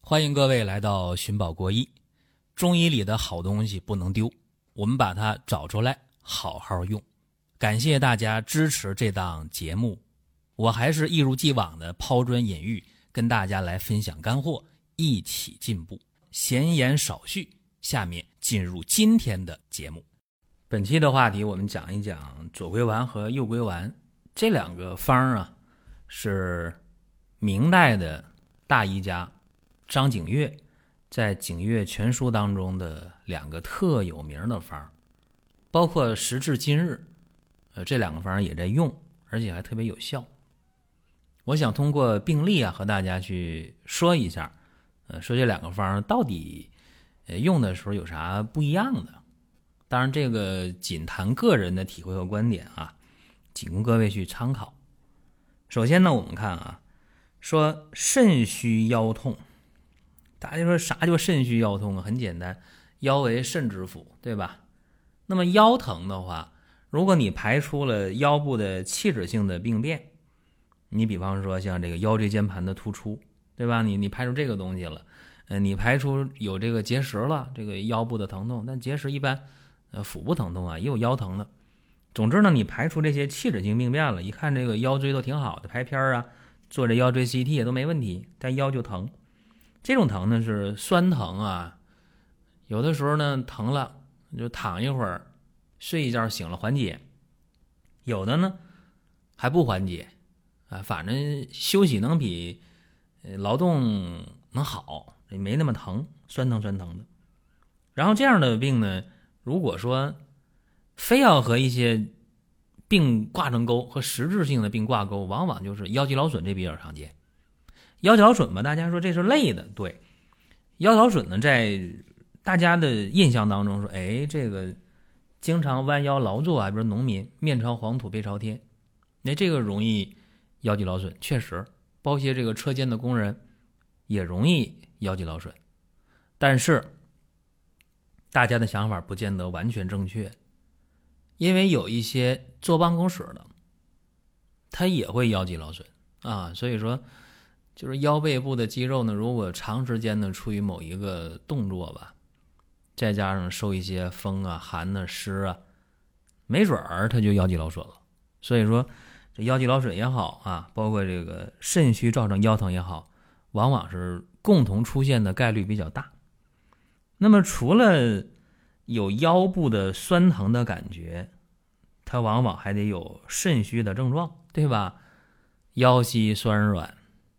欢迎各位来到寻宝国医。中医里的好东西不能丢，我们把它找出来好好用。感谢大家支持这档节目，我还是一如既往的抛砖引玉，跟大家来分享干货，一起进步。闲言少叙，下面进入今天的节目。本期的话题我们讲一讲左归丸和右归丸这两个方啊，是明代的大医家张景岳在《景岳全书》当中的两个特有名的方，包括时至今日，这两个方也在用，而且还特别有效。我想通过病例和大家去说一下，说这两个方到底用的时候有啥不一样的。当然，这个仅谈个人的体会和观点啊，仅供各位去参考。首先呢，我们看啊，说肾虚腰痛。大家说啥叫肾虚腰痛啊？很简单，腰为肾之府，对吧？那么腰疼的话，如果你排除了腰部的器质性的病变，你比方说像这个腰椎间盘的突出，对吧？你排除这个东西了，你排除有这个结石了，这个腰部的疼痛，但结石一般腹部疼痛啊，也有腰疼的。总之呢，你排除这些器质性病变了，一看这个腰椎都挺好的，拍片啊，做这腰椎 CT 也都没问题，但腰就疼。这种疼呢是酸疼啊，有的时候呢疼了就躺一会儿，睡一觉醒了缓解，有的呢还不缓解啊，反正休息能比劳动能好，没那么疼，酸疼的。然后这样的病呢，如果说非要和一些病挂上钩，和实质性的病挂钩，往往就是腰肌劳损，这比较常见。腰肌劳损吧，大家说这是累的，对。腰肌劳损呢，在大家的印象当中说，这个经常弯腰劳作啊，比如农民面朝黄土背朝天，这个容易腰肌劳损，确实，包括一些这个车间的工人也容易腰肌劳损。但是大家的想法不见得完全正确，因为有一些坐办公室的，他也会腰肌劳损啊，所以说就是腰背部的肌肉呢，如果长时间的处于某一个动作吧，再加上受一些风啊、寒啊、湿啊，没准儿它就腰肌劳损了。所以说这腰肌劳损也好啊，包括这个肾虚造成腰疼也好，往往是共同出现的概率比较大。那么除了有腰部的酸疼的感觉，它往往还得有肾虚的症状，对吧？腰膝酸软，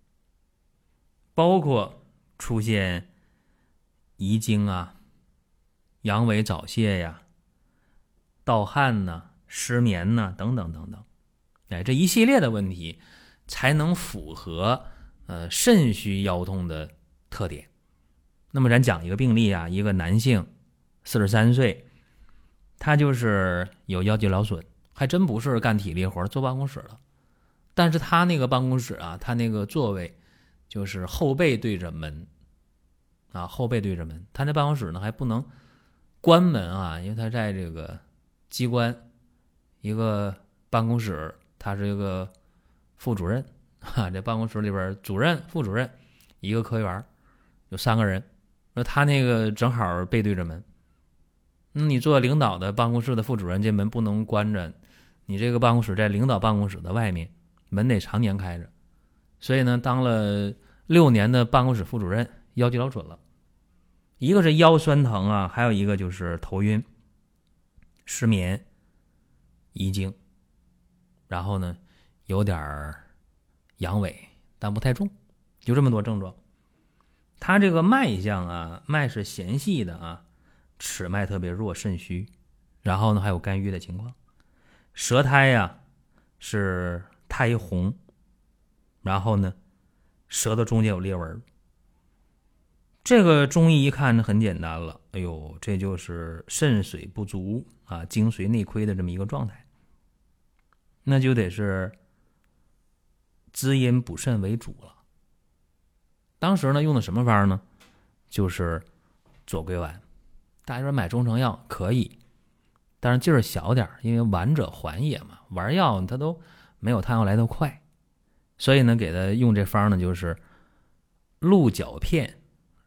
包括出现遗精啊、阳痿早泄呀、盗汗呐、失眠呐等等等等，这一系列的问题才能符合肾虚腰痛的特点。那么咱讲一个病例啊，一个男性43岁，他就是有腰肌劳损，还真不是干体力活坐办公室的，但是他那个办公室啊，他那个座位就是后背对着门啊，后背对着门。他那办公室呢还不能关门啊，因为他在这个机关一个办公室，他是一个副主任啊，这办公室里边主任、副主任一个科员，有3个人。那他那个正好背对着门，你做领导的办公室的副主任，这门不能关着，你这个办公室在领导办公室的外面，门得常年开着。所以呢，当了6年的办公室副主任，腰肌劳损了。一个是腰酸疼啊，还有一个就是头晕、失眠、遗精，然后呢有点阳痿，但不太重，就这么多症状。他这个脉象啊，脉是弦细的啊，尺脉特别弱，肾虚，然后呢还有肝郁的情况。舌苔呀是苔红，然后呢舌头中间有裂纹。这个中医一看很简单了，这就是肾水不足啊，精髓内亏的这么一个状态，那就得是滋阴补肾为主了。当时呢用的什么方呢？就是左归丸。大家说买中成药可以，但是劲儿小点，因为丸者缓也嘛，丸药它都没有汤药来得快，所以呢给他用这方呢就是鹿角片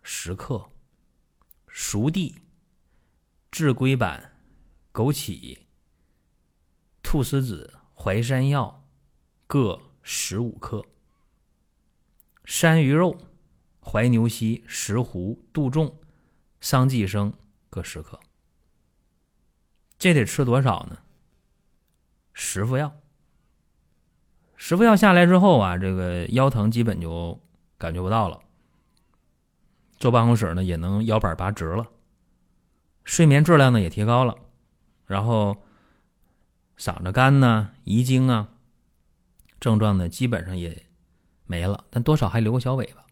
10克，熟地、炙龟板、枸杞、菟丝子、淮山药各15克，山萸肉、怀牛膝、石斛、杜仲、桑寄生各10克。这得吃多少呢？10副药。10副药下来之后啊，这个腰疼基本就感觉不到了，坐办公室呢也能腰板拔直了，睡眠质量呢也提高了，然后嗓子干呢、遗精啊症状呢基本上也没了，但多少还留个小尾巴。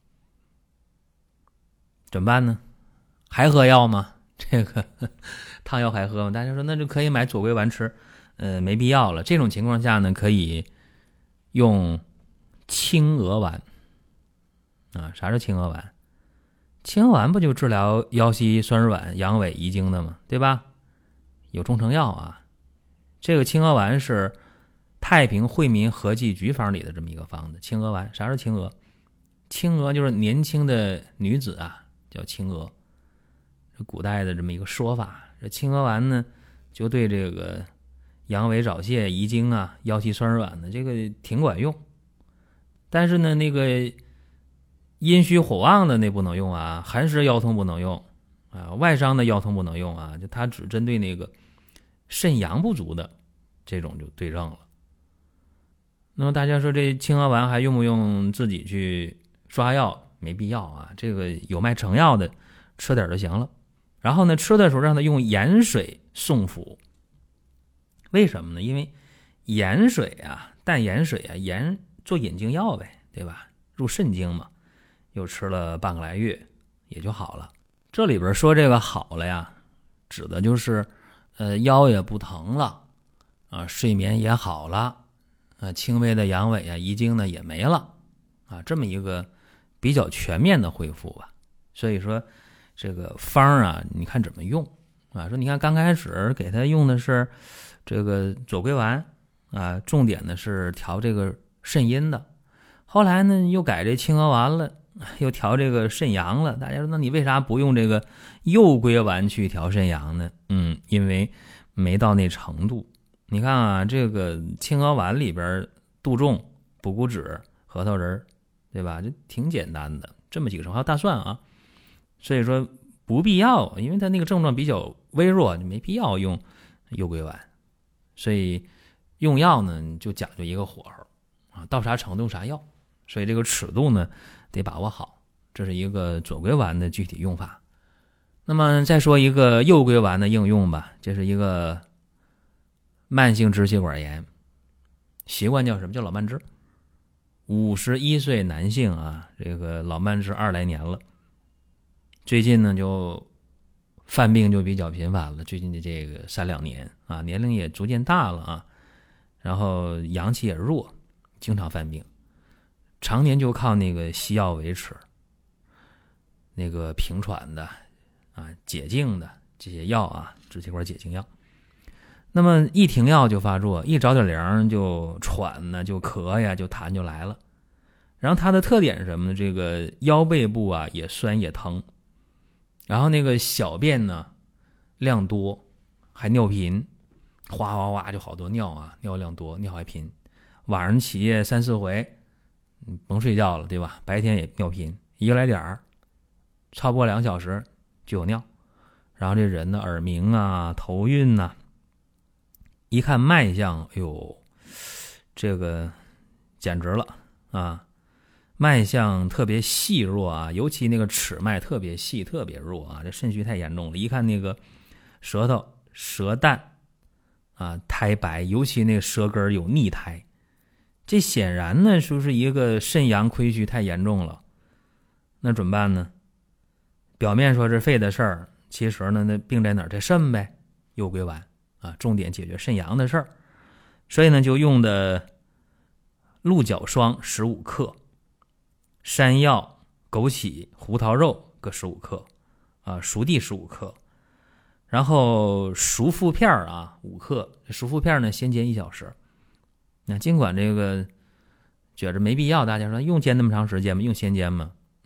怎么办呢？还喝药吗？这个汤药还喝吗？大家说那就可以买左归丸吃，没必要了。这种情况下呢，可以用青娥丸啊。啥是青娥丸？青娥丸不就治疗腰膝酸软、阳痿遗精的吗？对吧？有中成药啊。这个青娥丸是太平惠民和剂局方里的这么一个方子。青娥丸，啥是青娥？青娥就是年轻的女子啊，叫青娥，这古代的这么一个说法。这青娥丸呢，就对这个阳痿早泄、遗精啊、腰膝酸软的这个挺管用。但是呢，那个阴虚火旺的那不能用啊，寒湿腰痛不能用啊，外伤的腰痛不能用啊，就它只针对那个肾阳不足的这种就对症了。那么大家说这青娥丸还用不用自己去抓药？没必要啊，这个有卖成药的，吃点就行了。然后呢，吃的时候让他用盐水送服。为什么呢？因为盐水啊，淡盐水啊，盐做引经药呗，对吧？入肾经嘛。又吃了半个来月也就好了。这里边说这个好了呀，指的就是腰也不疼了啊，睡眠也好了啊，轻微的阳痿啊、遗精呢也没了啊，这么一个比较全面的恢复吧。所以说这个方啊，你看怎么用啊？说你看刚开始给他用的是这个左归丸啊，重点的是调这个肾阴的，后来呢又改这青娥丸了，又调这个肾阳了。大家说那你为啥不用这个右归丸去调肾阳呢？因为没到那程度。你看啊，这个青娥丸里边杜仲、补骨脂、核桃仁，对吧？就挺简单的，这么几个成分，还有大蒜啊。所以说不必要，因为它那个症状比较微弱，就没必要用右归丸。所以用药呢就讲究一个火候啊，到啥程度啥药。所以这个尺度呢得把握好，这是一个左归丸的具体用法。那么再说一个右归丸的应用吧，这是一个慢性支气管炎，习惯叫什么？叫老慢支。51岁男性啊，这个老慢支20来年了，最近呢就犯病就比较频繁了，最近的这个3、2年啊，年龄也逐渐大了啊，然后阳气也弱，经常犯病，常年就靠那个西药维持，那个平喘的啊、解痉的这些药啊，支气管解痉药。那么一停药就发作，一着点凉就喘呢，就咳呀，就痰就来了。然后它的特点是什么呢？这个腰背部啊也酸也疼，然后那个小便呢量多，还尿频，哗哗哗就好多尿啊，尿量多，尿还频，晚上起夜3、4回，甭睡觉了，对吧？白天也尿频，一个来点儿，超不过2小时就有尿。然后这人呢耳鸣啊、头晕啊，一看脉象，哎呦，这个简直了啊！脉象特别细弱啊，尤其那个尺脉特别细、特别弱啊，这肾虚太严重了。一看那个舌头、舌淡啊，苔白，尤其那个舌根有腻苔，这显然呢就是一个肾阳亏虚太严重了。那怎么办呢？表面说是肺的事儿，其实呢那病在哪儿？在肾呗，右归丸啊，重点解决肾阳的事儿。所以呢就用的鹿角霜15克，山药、枸杞、胡桃肉各15克啊，熟地15克，然后熟附片啊5克。熟附片呢先煎1小时。那尽管这个觉着没必要，大家说用煎那么长时间吗？用先煎吗？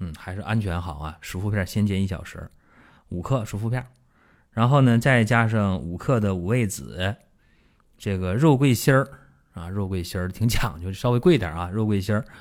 还是安全好啊。熟肤片先煎1小时，5克熟肤片，然后呢再加上5克的五味子，这个肉桂心儿啊，肉桂心儿挺讲究，稍微贵点啊，肉桂心儿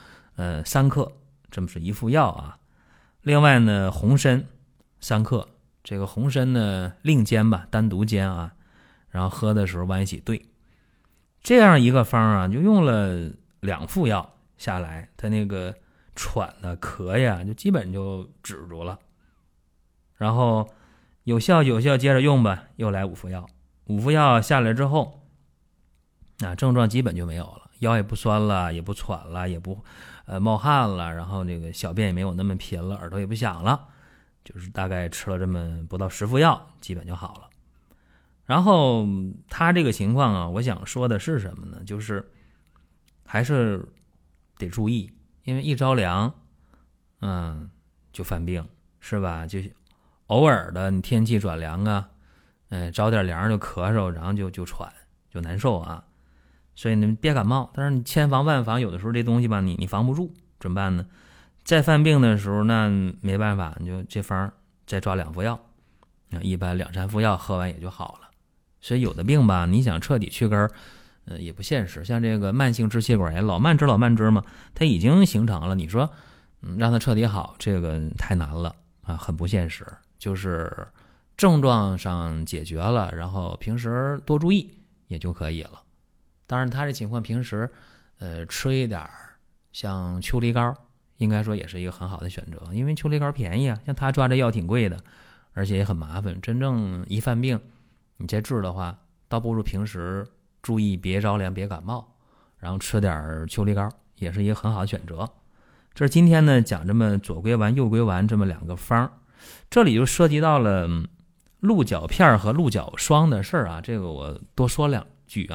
3克，这么是1副药啊。另外呢红参3克，这个红参呢另煎吧，单独煎啊，然后喝的时候往一起兑。这样一个方啊，就用了2副药下来，他那个喘的咳呀就基本就止住了。然后有效接着用吧，又来5副药，5副药下来之后症状基本就没有了，腰也不酸了，也不喘了，也不冒汗了，然后这个小便也没有那么频了，耳朵也不响了，就是大概吃了这么不到10副药基本就好了。然后他这个情况啊，我想说的是什么呢，就是还是得注意，因为一着凉就犯病是吧，就偶尔的你天气转凉啊，着点凉就咳嗽，然后就喘就难受啊。所以你别感冒，但是你千防万防，有的时候这东西吧你防不住怎么办呢？再犯病的时候那没办法，你就这方再抓2副药，一般2、3副药喝完也就好了。所以有的病吧你想彻底去根也不现实，像这个慢性支气管炎老慢支嘛，它已经形成了，你说让它彻底好这个太难了啊，很不现实。就是症状上解决了，然后平时多注意也就可以了。当然他这情况平时吃一点像秋梨膏应该说也是一个很好的选择，因为秋梨膏便宜啊，像他抓这药挺贵的，而且也很麻烦，真正一犯病你再治的话，倒不如平时注意别着凉别感冒，然后吃点秋梨膏也是一个很好的选择。这是今天呢讲这么左归丸右归丸这么2个方，这里就涉及到了鹿角片和鹿角霜的事啊，这个我多说两句。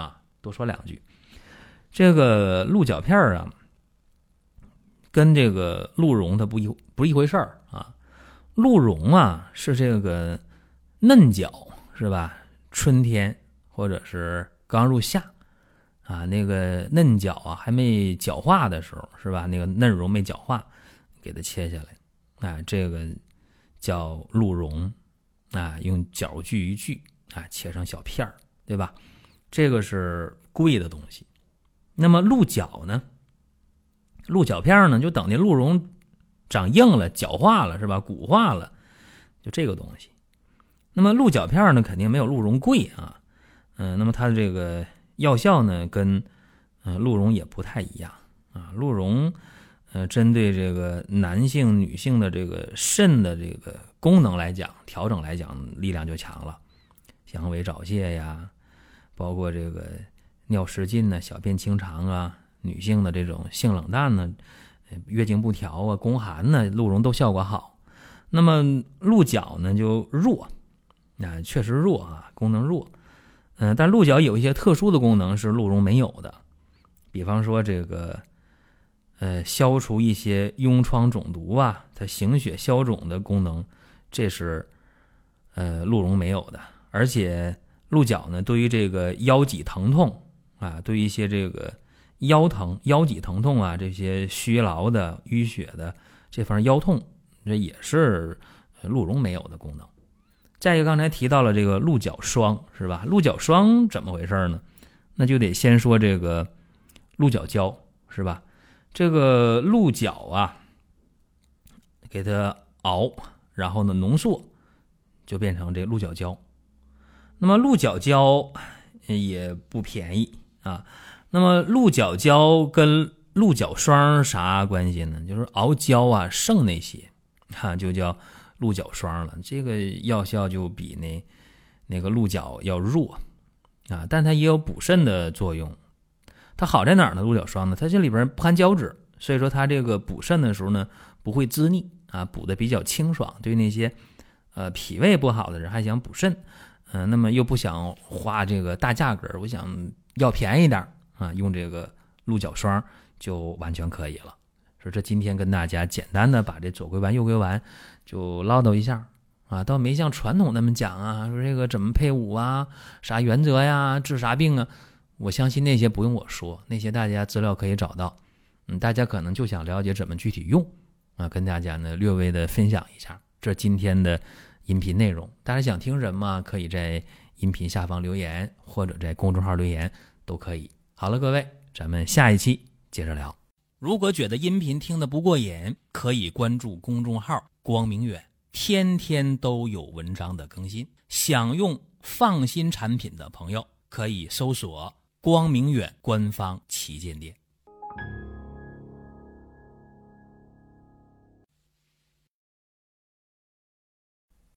这个鹿角片啊跟这个鹿茸它不是一回事儿啊。鹿茸啊是这个嫩角是吧，春天或者是刚入夏啊，那个嫩角啊还没角化的时候是吧，那个嫩茸没角化给它切下来啊，这个叫鹿茸啊，用角锯一锯啊，切成小片儿，对吧？这个是贵的东西。那么鹿角呢，鹿角片呢就等那鹿茸长硬了角化了是吧，骨化了，就这个东西。那么鹿角片呢肯定没有鹿茸贵啊，那么它的这个药效呢跟鹿茸也不太一样啊。鹿茸针对这个男性女性的这个肾的这个功能来讲，调整来讲力量就强了，像胃早泄呀，包括这个尿失禁呢，小便清长啊，女性的这种性冷淡呢，月经不调啊，宫寒呢，鹿茸都效果好。那么鹿角呢就弱确实弱啊，功能弱。但鹿角有一些特殊的功能是鹿茸没有的，比方说这个消除一些痈疮肿毒啊，它行血消肿的功能，这是鹿茸没有的。而且鹿角呢对于这个腰脊疼痛啊，对于一些这个腰疼腰脊疼痛啊，这些虚劳的淤血的这方腰痛，这也是鹿茸没有的功能。再一个刚才提到了这个鹿角霜是吧，鹿角霜怎么回事呢？那就得先说这个鹿角胶是吧，这个鹿角啊给它熬，然后呢浓缩就变成这鹿角胶。那么鹿角胶也不便宜啊。那么鹿角胶跟鹿角霜啥关系呢？就是熬胶啊剩那些就叫鹿角霜了，这个药效就比那个鹿角要弱啊，但它也有补肾的作用。它好在哪儿呢？鹿角霜呢，它这里边不含胶质，所以说它这个补肾的时候呢不会滋腻啊，补的比较清爽。对那些脾胃不好的人还想补肾，那么又不想花这个大价格，我想要便宜点啊，用这个鹿角霜就完全可以了。所以这今天跟大家简单的把这左归丸右归丸就唠叨一下啊，倒没像传统那么讲啊，说这个怎么配伍啊，啥原则呀，治啥病啊，我相信那些不用我说，那些大家资料可以找到。大家可能就想了解怎么具体用跟大家呢略微的分享一下这今天的音频内容。大家想听什么，可以在音频下方留言，或者在公众号留言都可以。好了，各位，咱们下一期接着聊。如果觉得音频听得不过瘾，可以关注公众号光明远，天天都有文章的更新。想用放心产品的朋友，可以搜索光明远官方旗舰店。